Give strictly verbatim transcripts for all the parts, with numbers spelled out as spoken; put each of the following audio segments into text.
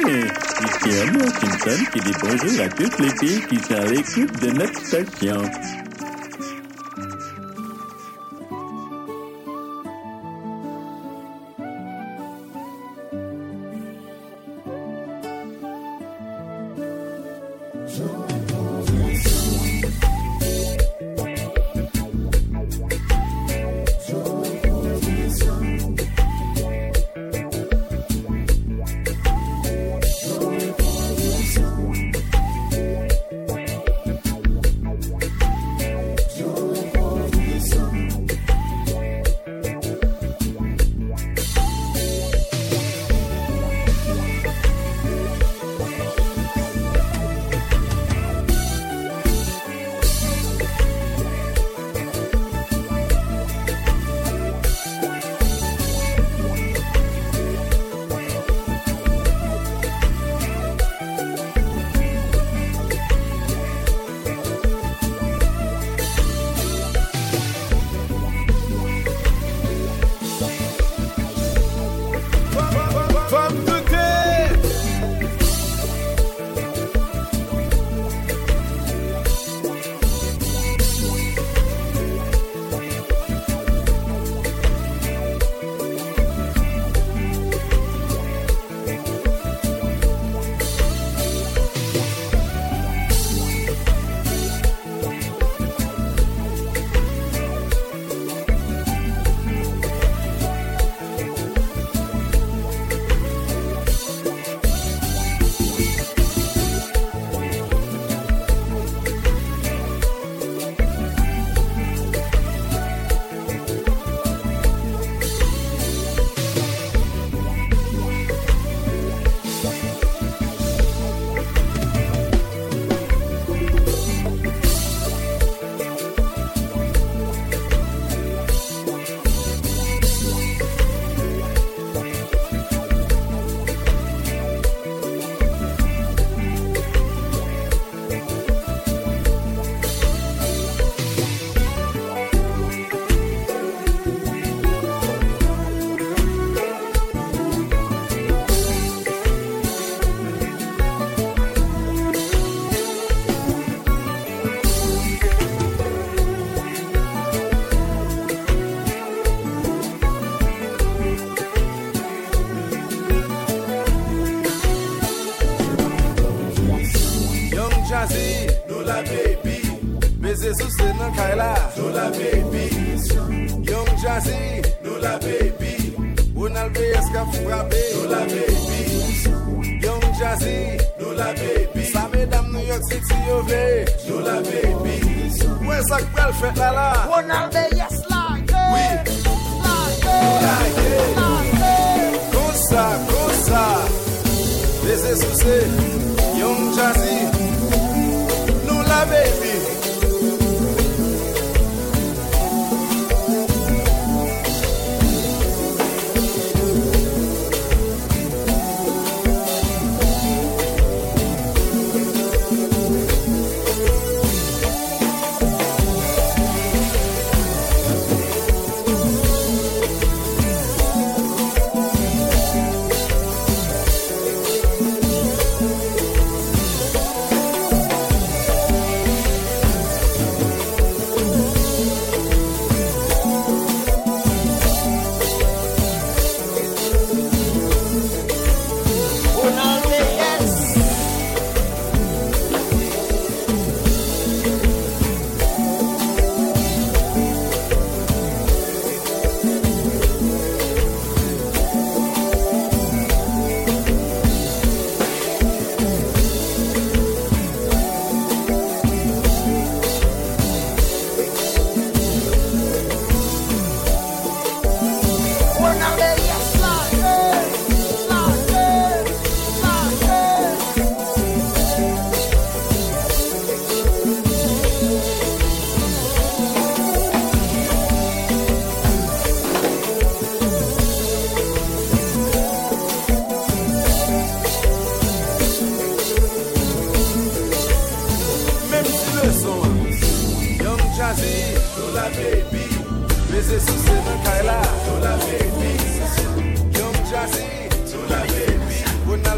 Ici Anne Washington qui dit bonjour à toutes les filles qui sont à l'écoute de notre station.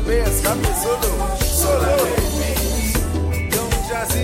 best, camper solo, solo. Young Jazzy,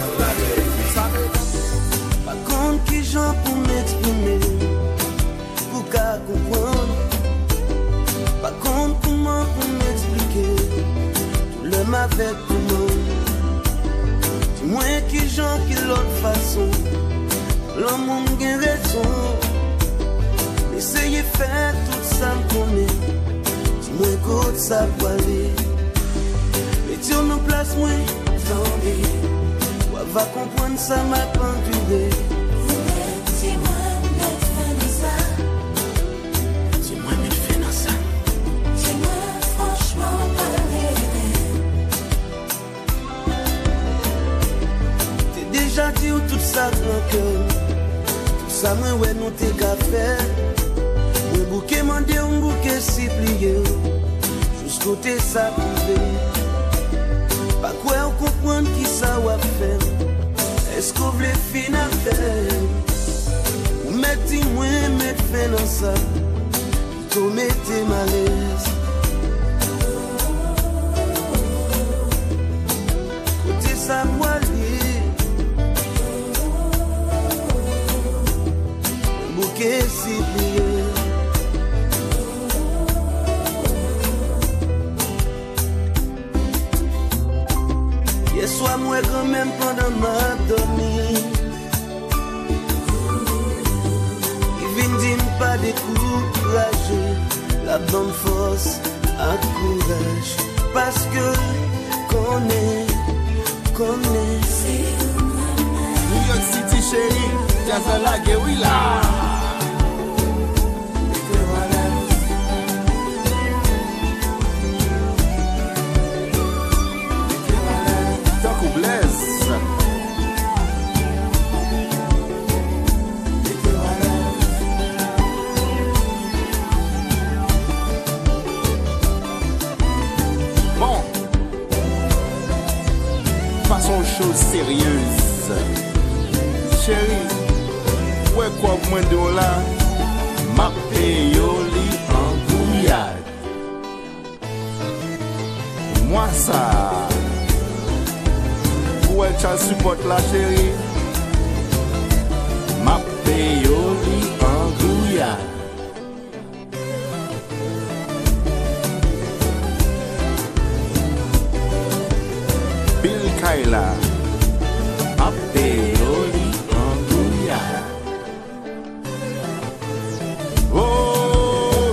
par contre, qui j'en pour m'exprimer, pour qu'à comprendre. Par contre, comment pour m'expliquer, tout l'homme avec tout le monde. Dis-moi qui j'en qui l'autre façon, l'homme a raison. Essayez de faire tout ça me connaît. Dis-moi qu'autre ça peut aller. Mettez-vous en place, moi, attendez. Ou va comprendre ça m'a pendulé. Dis-moi, mettre fin dans ça. Dis-moi, mettre fin dans ça. Dis-moi, franchement, pas vérité. T'es déjà dit où tout ça grand cœur. Tout ça, moi, ouais, nous t'es qu'à faire. Un bouquet mandé, un bouquet si plié. Jusqu'au côté ça privé. Pas quoi on comprend qui ça va faire. Est-ce qu'on veut fin à faire? Ou mettez moi mettre fin dans ça. Tout mettez malaise. Côté ça voilé. Bouquet si plié. Soit moi quand même pendant ma dormie. Il vient dire pas décourager. La bonne force à courage. Parce que connaît, connaît. New York City chérie, jazz à la guérilla. Chose sérieuse, chérie, ouais quoi moins de là, ma payoli en bouillade. Moi ça, ouais tu supporte la chérie, ma payoli en bouillade. Bill Kaila. Apeoli Anguia. Oh,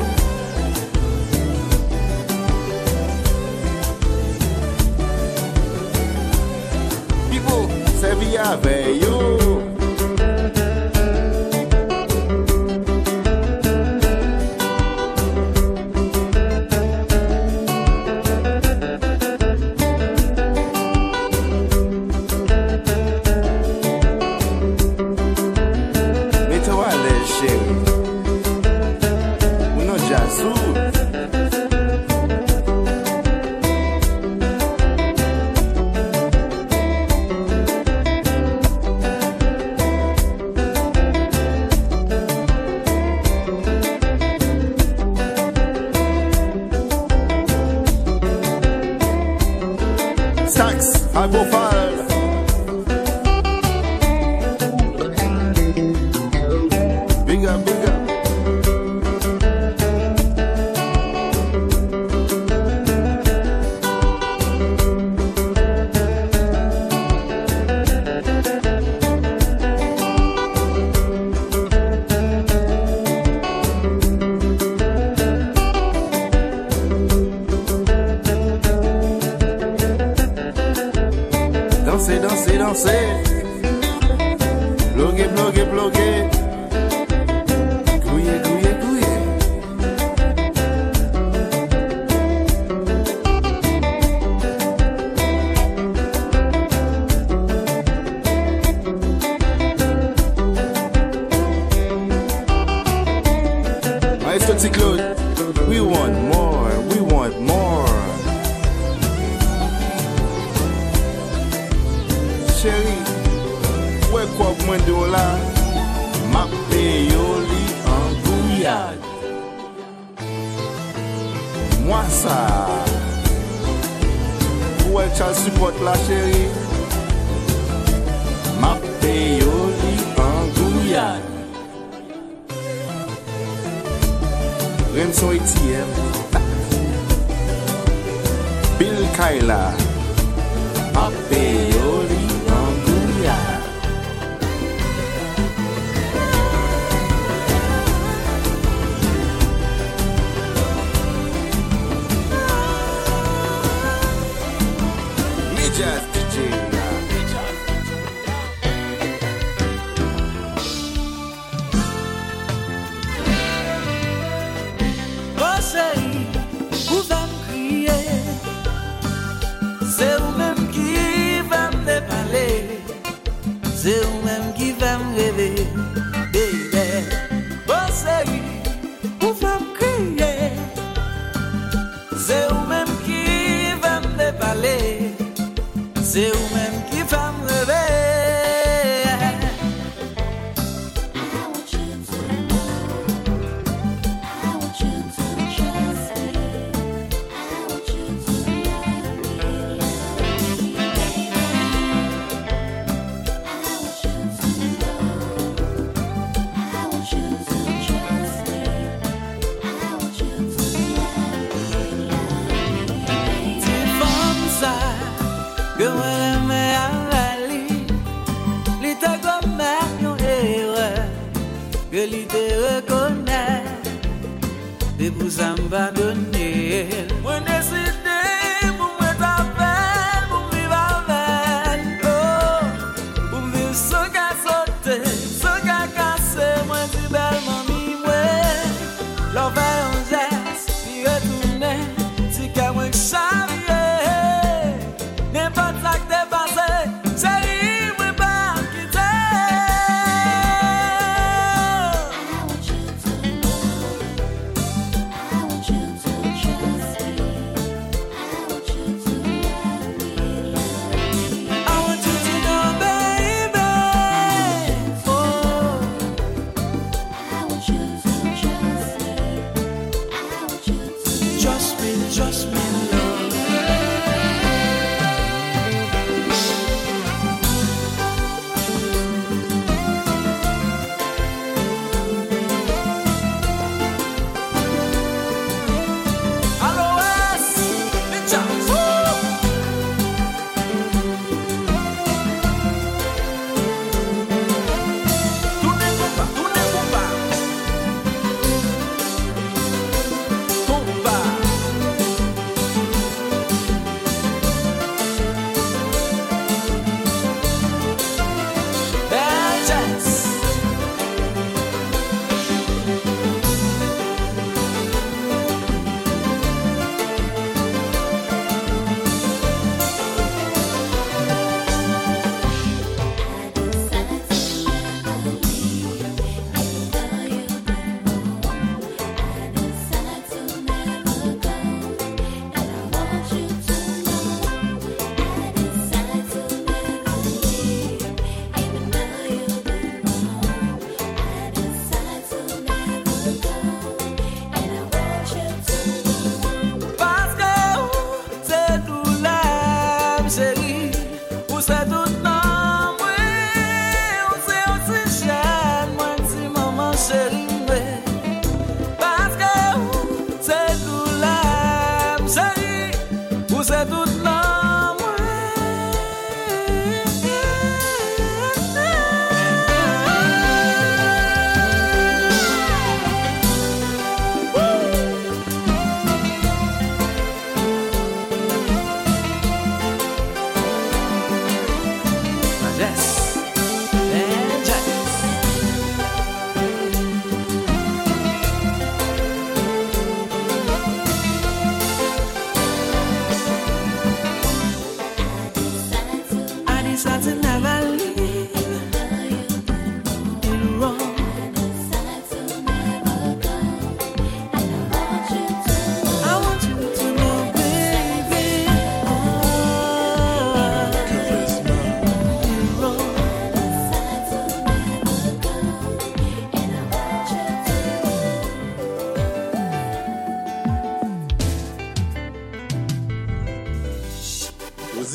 people, Sevilla veio. Sax, Agofal. Big up, big up. Danser, danser, danser. Bloguer, bloguer, bloguer. Gouiller, gouiller, gouiller. Maestro Ticlode, we want more, we want more. Chérie, ouais quoi moins de là, ma payoli en bouillade. Moi ça, Samuel Charles support la chérie. Ma payoli en Guyane. Remson Etienne. Bill Kyla. Ma payoli en Guyane. Jazz D J. Oh chérie, où va me crier? C'est vous-même qui va me déballer. C'est vous-même qui va me rêver. Baby. Oh chérie, où va me crier? C'est vous-même qui va me déballer. C'est vous-même qui va me rêver. I want you to know. I want you to trust me. I want you to love me, love me, baby. I want you to know. I want you to trust me. I want you to love me, love me, baby. C'est comme ça que moi j'aimais à la lit. L'état comme un erreur que l'idée reconnaît. Et pour ça m'abandonner. Moi décidé pour me taper, pour me vivre avec. Oh, pour me vivre sans qu'à sauter, sans qu'à casser. Moi dis belle mamie, ouais. L'on fait un geste, puis retourner. Si qu'à moi que ça vient. N'importe ça que t'es passé, chérie, moi pas quitter. I want you to know. I want you to trust me.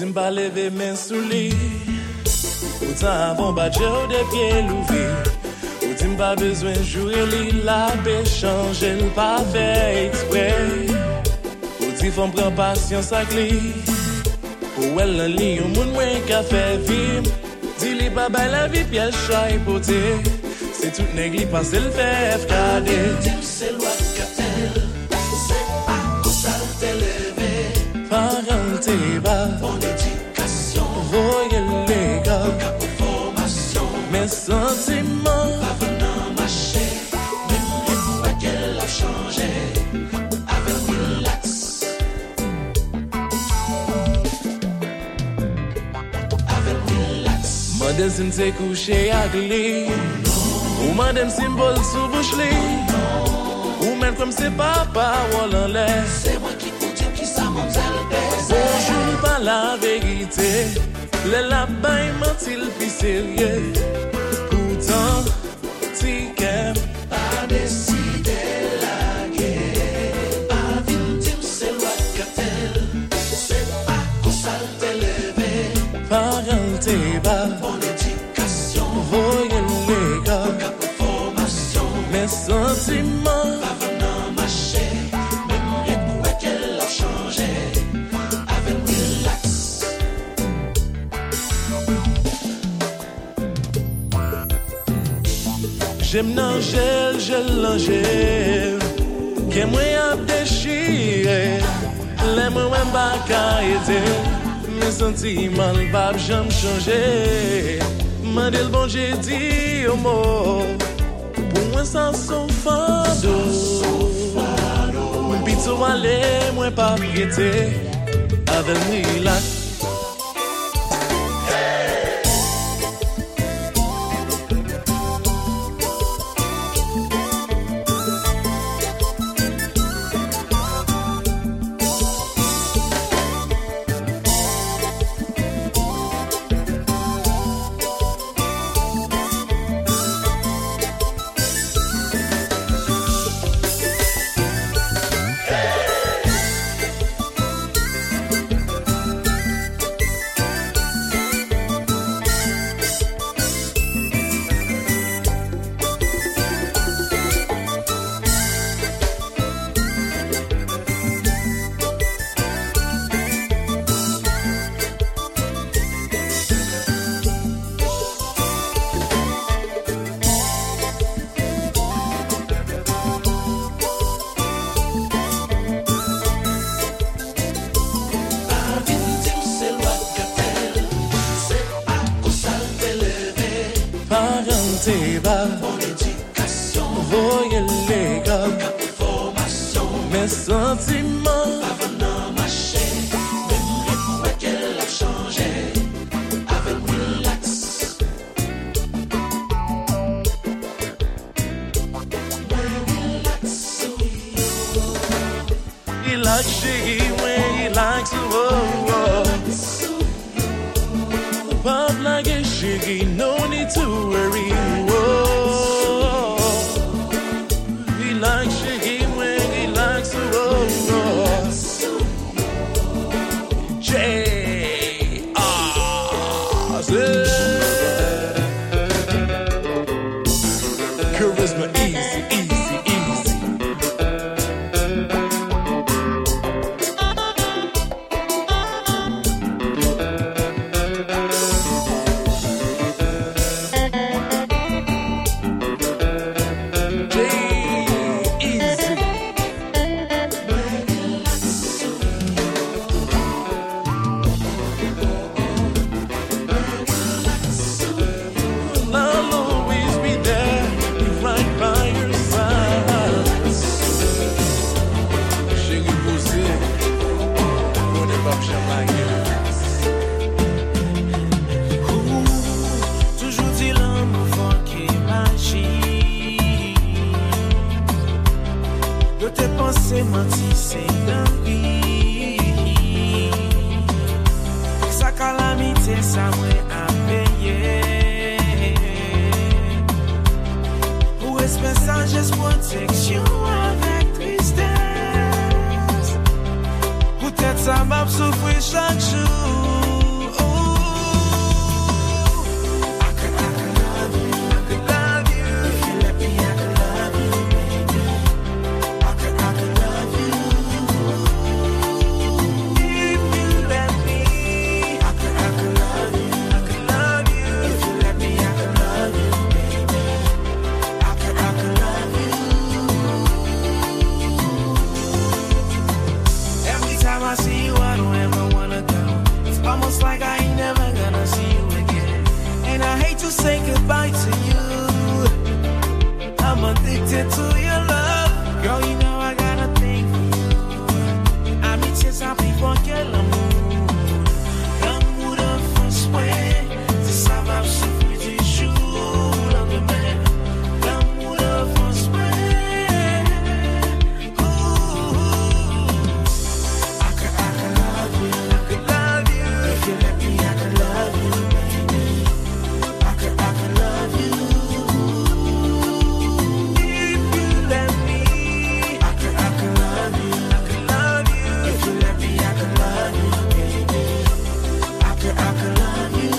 dis m'pas lever main sous lit. Pourtant avant badger de pied l'ouvri. Ou dis m'pas besoin jouer li la paix changer le pas fait exprès. Ou dis faut prendre patience avec lui. Ou elle en lit au monde moins qu'a fait vivre. Dis li pas bail la vie piège chat hypothèque. C'est tout négli passe le fait F K D. C'est loi cartel. C'est pas pour ça t'es levé. Parenté bas. Bonne éducation. Voyez l'égal. Cap formation. Mes sentiments. Pas venant marcher. Même les fois qu'elle a changé. Avec relax. Avec relax. Madame s'est couché à glis. Ou madame symbole sous bouche li. Ou même comme c'est papa ou en l'air. C'est moi qui compte qui ça mon baise. Bonjour pas la vérité. Le lapin mentil puis sérieux. Pourtant, si qu'aime pas décider la guerre. Pas vite dire c'est loi cartel. C'est pas qu'on ça t'est levé. Parenté bas. Bonne éducation. Voyez l'égal. Mes sentiments pas venant marcher. Même les poètes qu'elle a changé. Avec relax. J'aime l'angèle, je l'angèle. Qu'est moi à déchirer. Les mots même pas qu'à aider. Mes sentiments ne peuvent jamais changer. Mandel bon j'ai dit au mot. Pour moi ça son fado. Pito aller moi pas piété. Avec relax. Parenté bas. Bonne éducation. Voyez l'égal. Cap formation. Mes sentiments. Pas venant marcher. Même les poètes qu'elle a changé. Avec relax. Relax. Relax, chérie, oui, relax, oh, oh. Pop like a shiggy, no need to worry. Whoa. He likes shiggy when he likes to roll. J R Z. Charisma easy, easy, easy. C'est menti, c'est dingue. Sa calamité, ça m'a à payer. Pour espérer ça, j'ai protection avec tristesse. Peut-être ça m'a souffert chaque jour. your love. Girl, you know I got a thing for you. Amitié sans prix pour que l'amour. L'amour de fausse way. C'est ça va souffrir du jour au lendemain. L'amour de fausse way. Ooh. I could, I could love you. I could love you. If you let me, I could love you, baby. I could, I could love you. If you let me, I could, I could love you. I could love you. If you let me, I could love you, baby. I could, I could love you.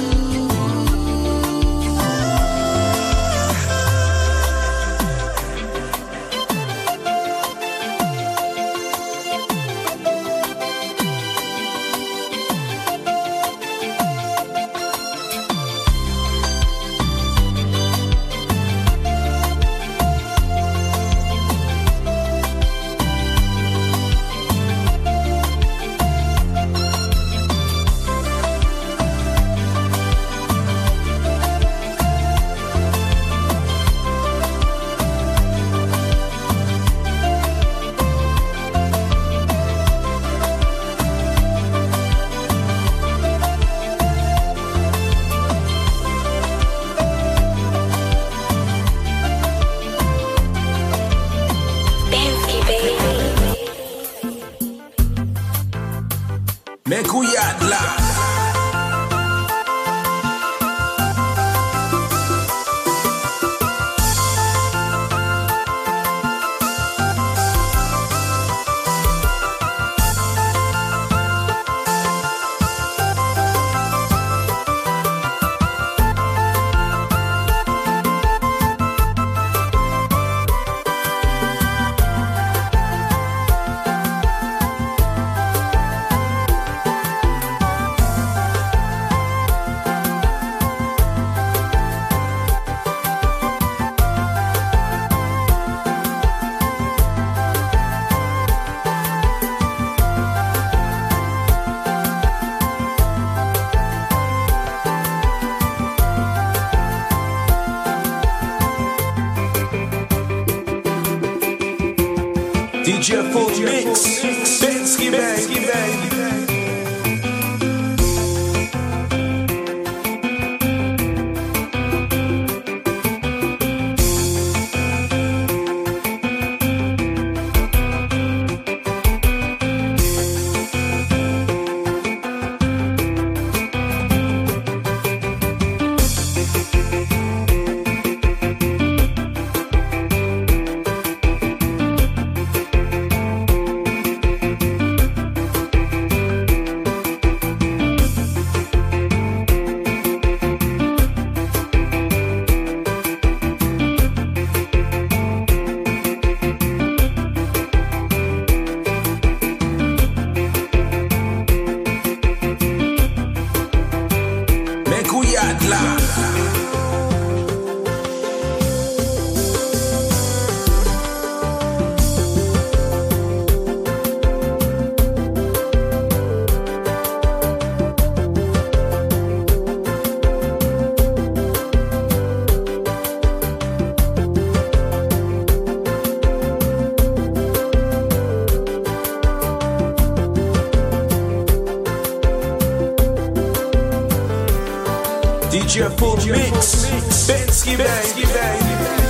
Mekuyat la. D J Full Mix, Bensky Bang. D J Full Mix, Bensky Bang.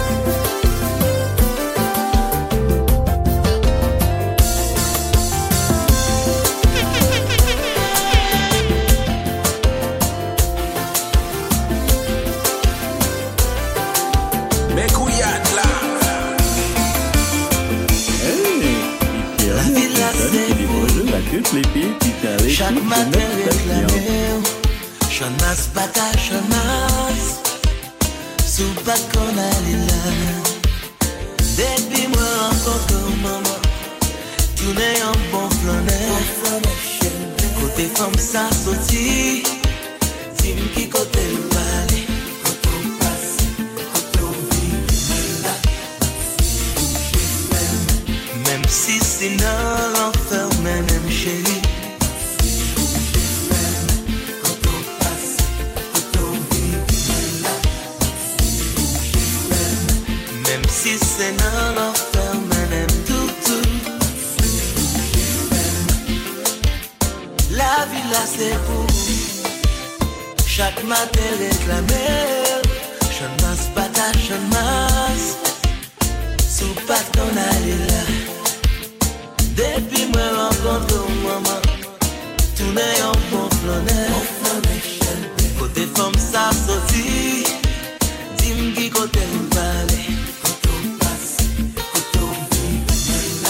Chaque matin réclamé, Chanas bata chanas, sous pas qu'on allait là. Depuis moi rencontre maman, tout n'est un bon flâneur. Côté femme ça sorti, dis-moi qui côté le aller. Quand on passe, quand on vit là, même si c'est dans l'enfer, même chérie. Si c'est dans l'enfer. là c'est pour chaque matin réclamer. Je ne masse pas ta, je ne masse. Sous pas ton aller là. Depuis moi rencontre maman, tout n'est en bon flonnet. Côté femme ça sorti, dis-moi qui côté nous parler. Côté passe, côté vive,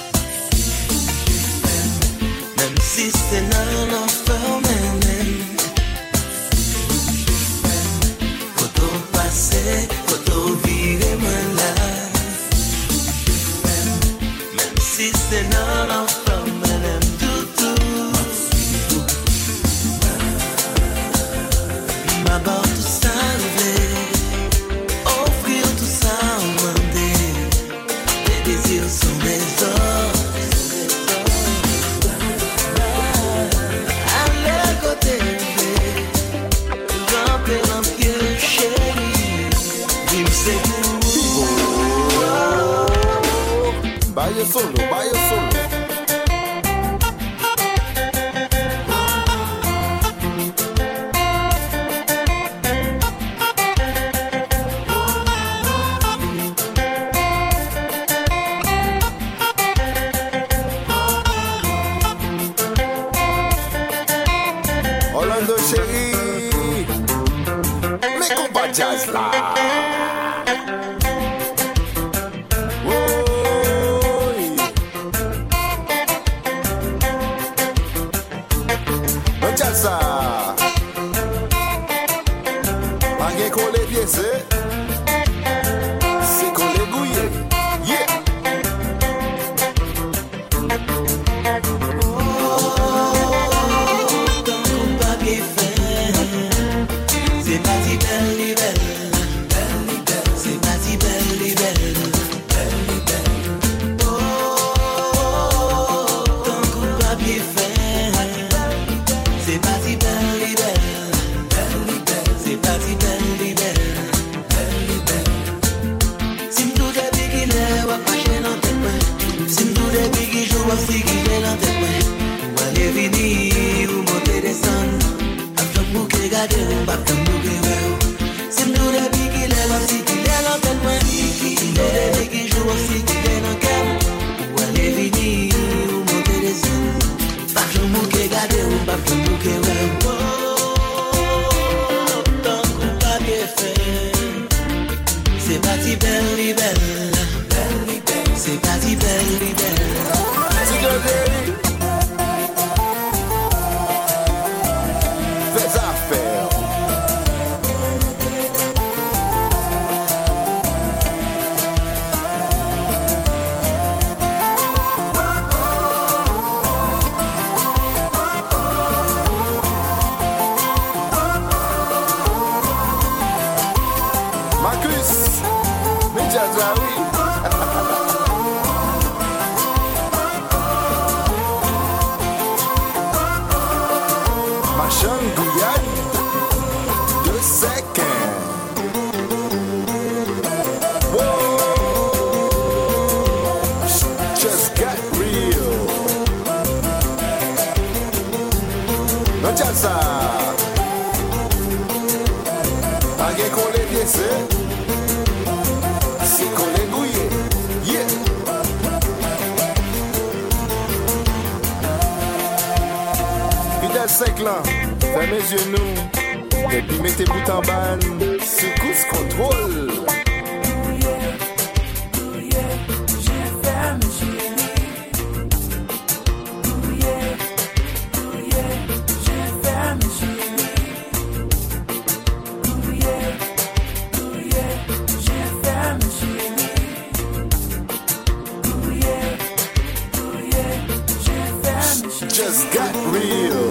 même si c'est non l'enfer même. Côté passé, côté vive moi là. Même si c'est non l'enfer même tout tout. Ma barre tout ça offrir tout ça en demander. Les désirs sont des ordres. Allez côté ramper un pied chéri. Vim c'est pour Baye solo, baye solo. Orlando chéri, mais combat jazz là. Ça, malgré qu'on les pièces, c'est qu'on les bouille. Yeah. c'est pas si belle, belle, c'est pas si belle, belle, oh, ton coup papier fait. C'est pas si belle, belle, c'est pas si belle, belle, si m'dou de bigi le wap kache nan tête moi, si m'dou de bigi jou wap si ki le nan tête moi, ou aller vini ou monter descendre, ap jom bouke gade ou bap jom bouke wè ou, si m'dou de bigi le wap si ki le nan tête moi, si m'dou de bigi jou wap si ki le nan kèm, ou aller vini ou monter descendre. Bap jom bouke gade ou bap jom bouke wè ou. Oh, tant qu'on pas bien fait. C'est pas si belle, belle. C'est pas si belle, belle. Fais affaire. Marcus, mais jazz là oui. Machan Guyane, deux secondes. Whoa, just got real. Non jazz ça. Malgré qu'on les pièces, c'est qu'on les bouille. Yeah. Fidèle cinq ans, fermez les genoux, et puis mettez bout en banne, secousse contrôle. Just got real.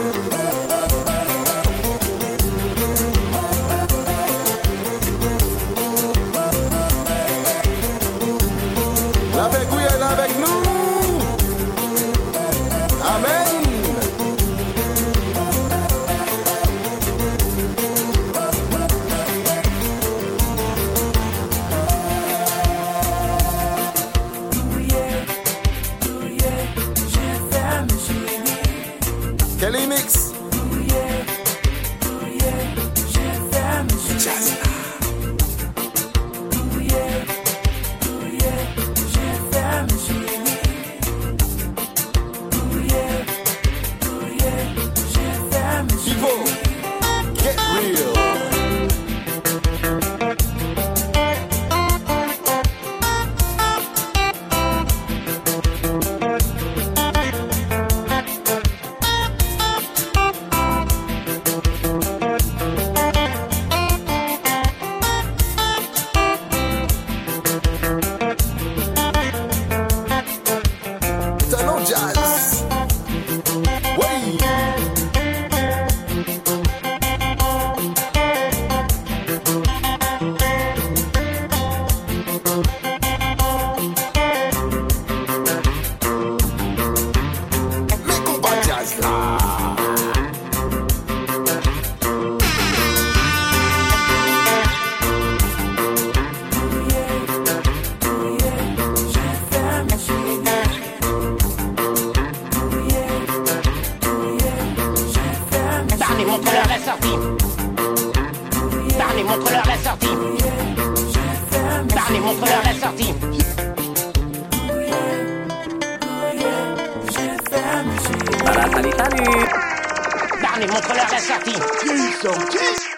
Avec oui, elle est avec nous. Amen. Kelly Mix. People, get real. Talon Jazz. Oui. Mais combat jazz là. Barney, montre-leur la sortie. Barney, montre-leur la sortie. Barney, montre-leur la sortie. Voilà, salut, salut. Barney, montre-leur la sortie.